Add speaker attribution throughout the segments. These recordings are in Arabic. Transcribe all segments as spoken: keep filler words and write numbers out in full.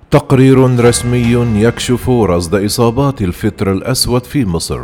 Speaker 1: تقرير رسمي يكشف رصد إصابات الفطر الأسود في مصر.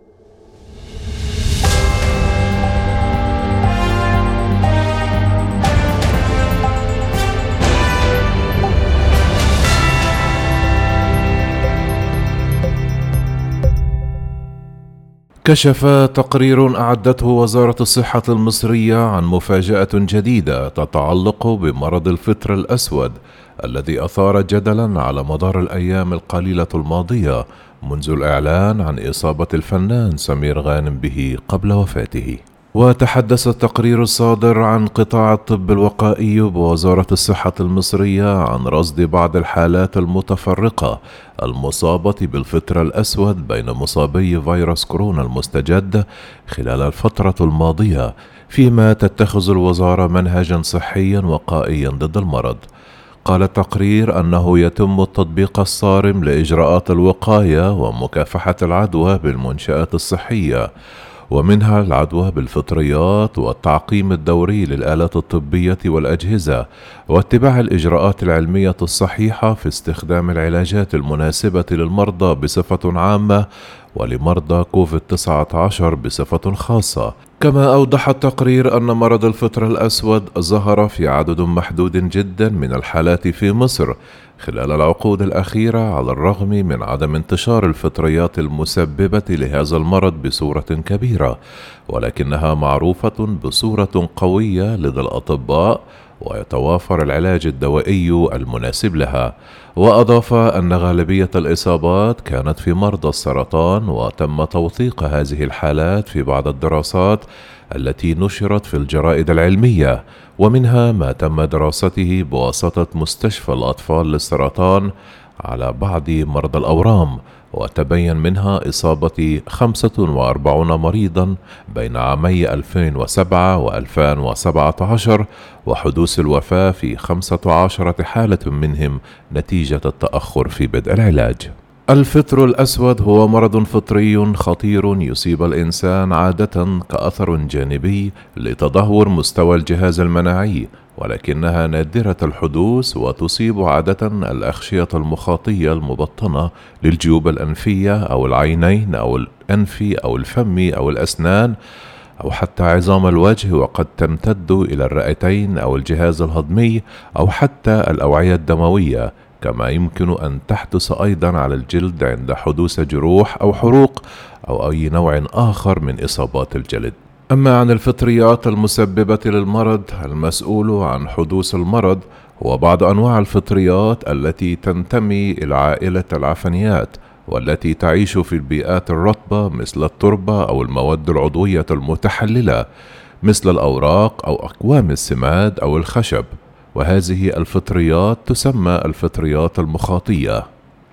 Speaker 1: كشف تقرير أعدته وزارة الصحة المصرية عن مفاجأة جديدة تتعلق بمرض الفطر الأسود الذي أثار جدلا على مدار الأيام القليلة الماضية منذ الإعلان عن إصابة الفنان سمير غانم به قبل وفاته. وتحدث التقرير الصادر عن قطاع الطب الوقائي بوزارة الصحة المصرية عن رصد بعض الحالات المتفرقة المصابة بالفطر الأسود بين مصابي فيروس كورونا المستجد خلال الفترة الماضية، فيما تتخذ الوزارة منهجا صحيا وقائيا ضد المرض. قال التقرير أنه يتم التطبيق الصارم لإجراءات الوقاية ومكافحة العدوى بالمنشآت الصحية، ومنها العدوى بالفطريات والتعقيم الدوري للآلات الطبية والأجهزة، واتباع الإجراءات العلمية الصحيحة في استخدام العلاجات المناسبة للمرضى بصفة عامة ولمرضى كوفيد تسعة عشر بصفة خاصة. كما أوضح التقرير أن مرض الفطر الأسود ظهر في عدد محدود جدا من الحالات في مصر خلال العقود الأخيرة، على الرغم من عدم انتشار الفطريات المسببة لهذا المرض بصورة كبيرة، ولكنها معروفة بصورة قوية لدى الأطباء ويتوافر العلاج الدوائي المناسب لها. وأضاف أن غالبية الإصابات كانت في مرضى السرطان، وتم توثيق هذه الحالات في بعض الدراسات التي نشرت في الجرائد العلمية، ومنها ما تم دراسته بواسطة مستشفى الأطفال للسرطان على بعض مرضى الأورام، وتبين منها إصابة خمسة وأربعين مريضا بين عامي ألفين وسبعة وألفين وسبعة عشر، وحدوث الوفاة في خمسة عشر حالة منهم نتيجة التأخر في بدء العلاج. الفطر الأسود هو مرض فطري خطير يصيب الإنسان عادة كأثر جانبي لتدهور مستوى الجهاز المناعي، ولكنها نادرة الحدوث وتصيب عادة الأغشية المخاطية المبطنة للجيوب الأنفية أو العينين أو الأنف أو الفم أو الأسنان أو حتى عظام الوجه، وقد تمتد إلى الرئتين أو الجهاز الهضمي أو حتى الأوعية الدموية. كما يمكن أن تحدث أيضا على الجلد عند حدوث جروح أو حروق أو أي نوع آخر من إصابات الجلد. أما عن الفطريات المسببة للمرض، المسؤول عن حدوث المرض هو بعض أنواع الفطريات التي تنتمي إلى عائلة العفنيات، والتي تعيش في البيئات الرطبة مثل التربة أو المواد العضوية المتحللة مثل الأوراق أو أكوام السماد أو الخشب، وهذه الفطريات تسمى الفطريات المخاطية.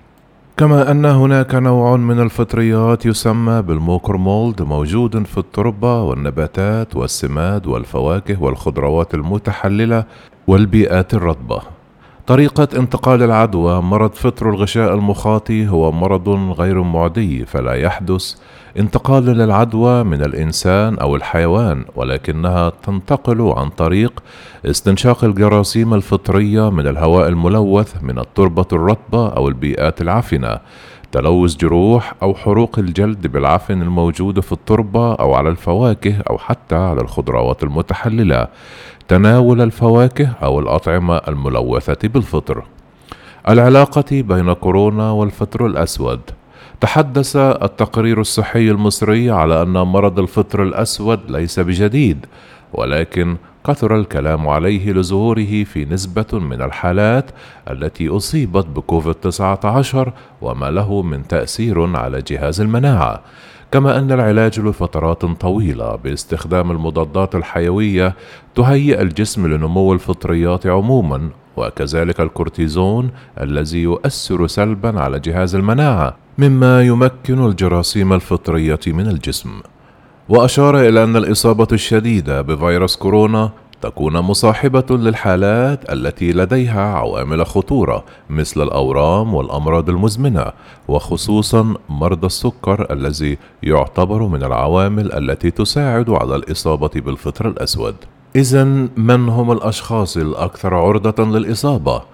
Speaker 1: كما أن هناك نوع من الفطريات يسمى بالموكرمولد موجود في التربة والنباتات والسماد والفواكه والخضروات المتحللة والبيئات الرطبة. طريقة انتقال العدوى: مرض فطر الغشاء المخاطي هو مرض غير معدي، فلا يحدث انتقال للعدوى من الإنسان أو الحيوان، ولكنها تنتقل عن طريق استنشاق الجراثيم الفطرية من الهواء الملوث من التربة الرطبة أو البيئات العفنة، تلوث جروح أو حروق الجلد بالعفن الموجود في التربة أو على الفواكه أو حتى على الخضروات المتحللة، تناول الفواكه أو الأطعمة الملوثة بالفطر. العلاقة بين كورونا والفطر الأسود: تحدث التقرير الصحي المصري على أن مرض الفطر الأسود ليس بجديد، ولكن كثر الكلام عليه لظهوره في نسبة من الحالات التي أصيبت بكوفيد تسعة عشر وما له من تأثير على جهاز المناعة. كما أن العلاج لفترات طويلة باستخدام المضادات الحيوية تهيئ الجسم لنمو الفطريات عموما، وكذلك الكورتيزون الذي يؤثر سلبا على جهاز المناعة مما يمكن الجراثيم الفطرية من الجسم. وأشار إلى أن الإصابة الشديدة بفيروس كورونا تكون مصاحبة للحالات التي لديها عوامل خطورة مثل الأورام والأمراض المزمنة، وخصوصا مرضى السكر الذي يعتبر من العوامل التي تساعد على الإصابة بالفطر الأسود. إذن من هم الأشخاص الأكثر عرضة للإصابة؟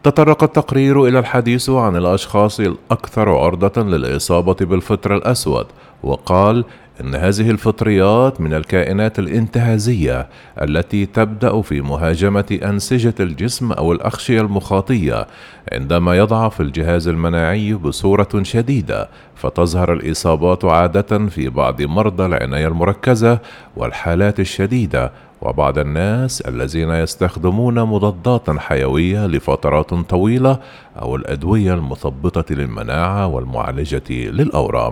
Speaker 1: تطرق التقرير إلى الحديث عن الأشخاص الأكثر عرضة للإصابة بالفطر الأسود، وقال إن هذه الفطريات من الكائنات الانتهازية التي تبدأ في مهاجمة أنسجة الجسم أو الأغشية المخاطية عندما يضعف الجهاز المناعي بصورة شديدة، فتظهر الإصابات عادة في بعض مرضى العناية المركزة والحالات الشديدة وبعض الناس الذين يستخدمون مضادات حيوية لفترات طويلة أو الأدوية المثبطة للمناعة والمعالجة للأورام.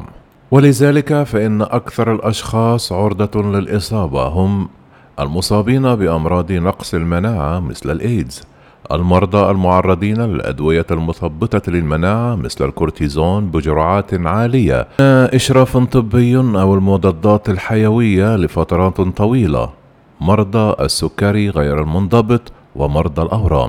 Speaker 1: ولذلك فإن أكثر الأشخاص عرضة للإصابة هم المصابين بأمراض نقص المناعة مثل الإيدز، المرضى المعرضين للأدوية المثبطة للمناعة مثل الكورتيزون بجرعات عالية، إشراف طبي أو المضادات الحيوية لفترات طويلة، مرضى السكري غير المنضبط، ومرضى الأورام.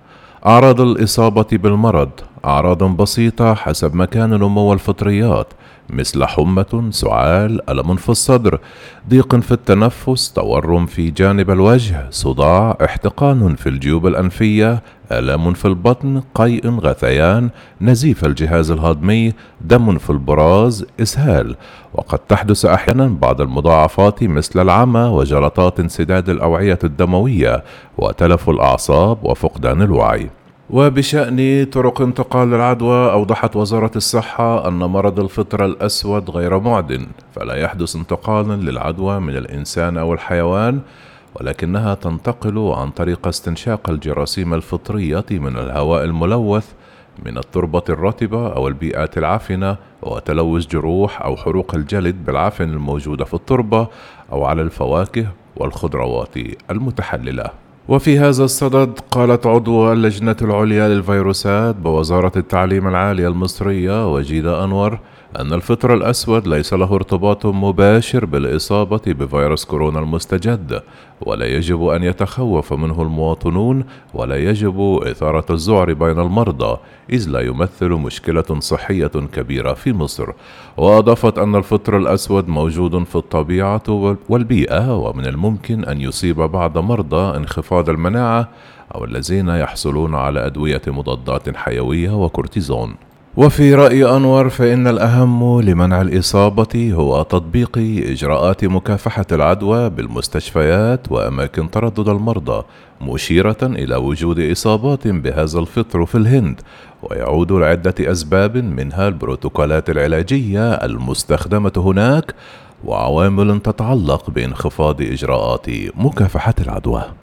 Speaker 1: أعراض الإصابة بالمرض: أعراض بسيطة حسب مكان نمو الفطريات مثل حمى، سعال، ألم في الصدر، ضيق في التنفس، تورم في جانب الوجه، صداع، احتقان في الجيوب الأنفية، آلام في البطن، قيء، غثيان، نزيف الجهاز الهضمي، دم في البراز، إسهال. وقد تحدث أحيانا بعض المضاعفات مثل العمى وجلطات انسداد الأوعية الدموية وتلف الأعصاب وفقدان الوعي. وبشأن طرق انتقال العدوى، أوضحت وزارة الصحة أن مرض الفطر الأسود غير معدٍ، فلا يحدث انتقال للعدوى من الإنسان أو الحيوان، ولكنها تنتقل عن طريق استنشاق الجراثيم الفطرية من الهواء الملوث، من التربة الرطبة أو البيئات العفنة، وتلوث جروح أو حروق الجلد بالعفن الموجودة في التربة أو على الفواكه والخضروات المتحللة. وفي هذا الصدد قالت عضو اللجنة العليا للفيروسات بوزارة التعليم العالي المصرية وجيدة أنور أن الفطر الأسود ليس له ارتباط مباشر بالإصابة بفيروس كورونا المستجد، ولا يجب أن يتخوف منه المواطنون، ولا يجب إثارة الذعر بين المرضى، إذ لا يمثل مشكلة صحية كبيرة في مصر. وأضافت أن الفطر الأسود موجود في الطبيعة والبيئة، ومن الممكن أن يصيب بعض مرضى انخفاض المناعة أو الذين يحصلون على أدوية مضادات حيوية وكورتيزون. وفي رأي أنور فإن الأهم لمنع الإصابة هو تطبيق إجراءات مكافحة العدوى بالمستشفيات وأماكن تردد المرضى، مشيرة إلى وجود إصابات بهذا الفطر في الهند، ويعود لعدة أسباب منها البروتوكولات العلاجية المستخدمة هناك وعوامل تتعلق بانخفاض إجراءات مكافحة العدوى.